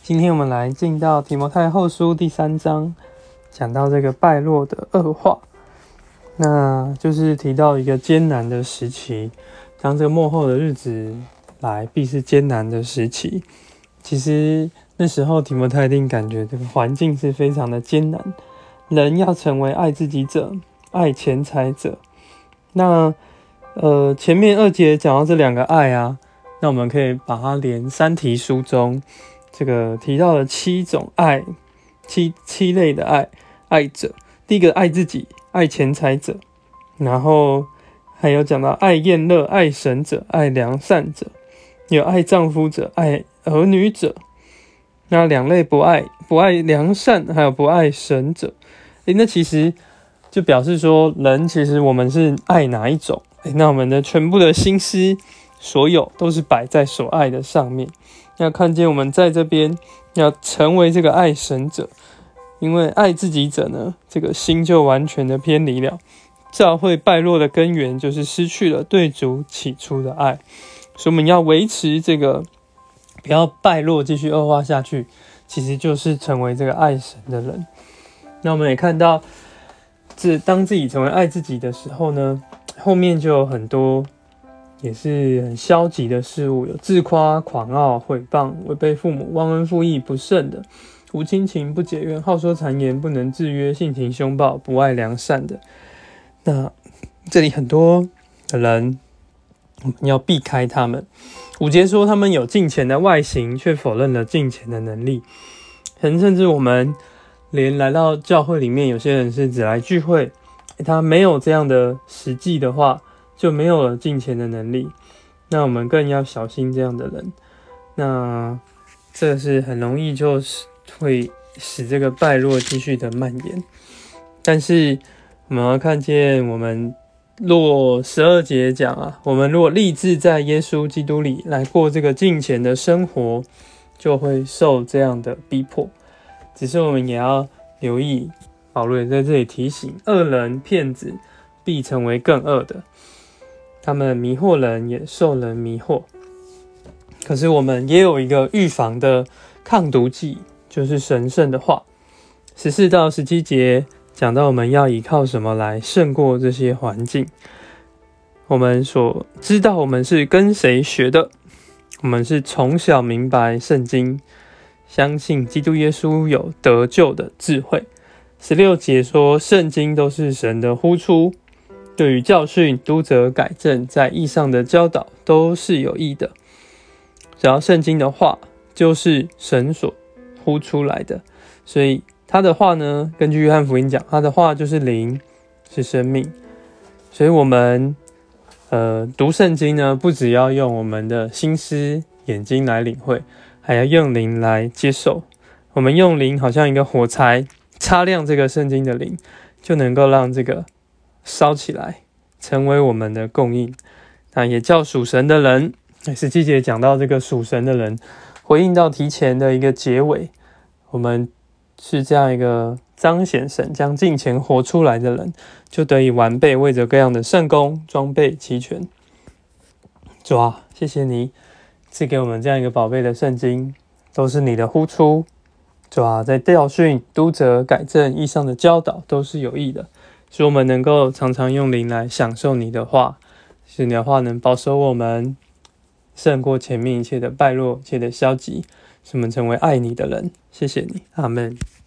今天我们来进到提摩太后书第3章，讲到这个败落的恶化，那就是提到一个艰难的时期，当这个末后的日子来，必是艰难的时期。其实那时候提摩太一定感觉这个环境是非常的艰难，人要成为爱自己者、爱钱财者。那前面2节讲到这2个爱啊，那我们可以把它连3题书中这个提到的7种爱，七类的爱者。第一个爱自己、爱钱财者，然后还有讲到爱厌乐、爱神者、爱良善者，有爱丈夫者、爱儿女者。那2类不爱良善，还有不爱神者。那其实就表示说，人其实我们是爱哪一种？那我们的全部的心思，所有都是摆在所爱的上面。要看见我们在这边要成为这个爱神者，因为爱自己者呢，这个心就完全的偏离了。教会败落的根源就是失去了对主起初的爱，所以我们要维持这个不要败落继续恶化下去，其实就是成为这个爱神的人。那我们也看到当自己成为爱自己的时候呢，后面就有很多也是很消极的事物，有自夸、狂傲、毁谤、违背父母、忘恩负义、不圣的、无亲情、不解怨、好说谗言、不能制约、性情凶暴、不爱良善的。那这里很多的人，我们要避开他们。5节说他们有敬虔的外形，却否认了敬虔的能力。甚至我们连来到教会里面，有些人是只来聚会，他没有这样的实际的话，就没有了敬虔的能力。那我们更要小心这样的人。那这是很容易就是会使这个败落继续的蔓延。但是我们要看见，我们若12节讲啊，我们如果立志在耶稣基督里来过这个敬虔的生活，就会受这样的逼迫。只是我们也要留意，保罗也在这里提醒，恶人骗子必成为更恶的，他们迷惑人，也受人迷惑。可是我们也有一个预防的抗毒剂，就是神圣的话。14到17节讲到我们要依靠什么来胜过这些环境。我们所知道我们是跟谁学的，我们是从小明白圣经，相信基督耶稣有得救的智慧。16节说，圣经都是神的呼出，对于教训、督责、改正，在义上的教导都是有益的。只要圣经的话就是神所呼出来的，所以他的话呢，根据约翰福音讲，他的话就是灵，是生命。所以我们读圣经呢，不只要用我们的心思眼睛来领会，还要用灵来接受。我们用灵好像一个火柴，擦亮这个圣经的灵，就能够让这个烧起来，成为我们的供应。那也叫属神的人，17节讲到这个属神的人，回应到提前的一个结尾，我们是这样一个彰显神将敬虔活出来的人，就得以完备，为着各样的圣工装备齐全。主啊，谢谢你赐给我们这样一个宝贝的圣经，都是你的呼出。主啊，在教训、督责、改正、义上的教导都是有益的，使我们能够常常用灵来享受你的话，使你的话能保守我们胜过前面一切的败落、一切的消极，使我们成为爱你的人。谢谢你，阿们。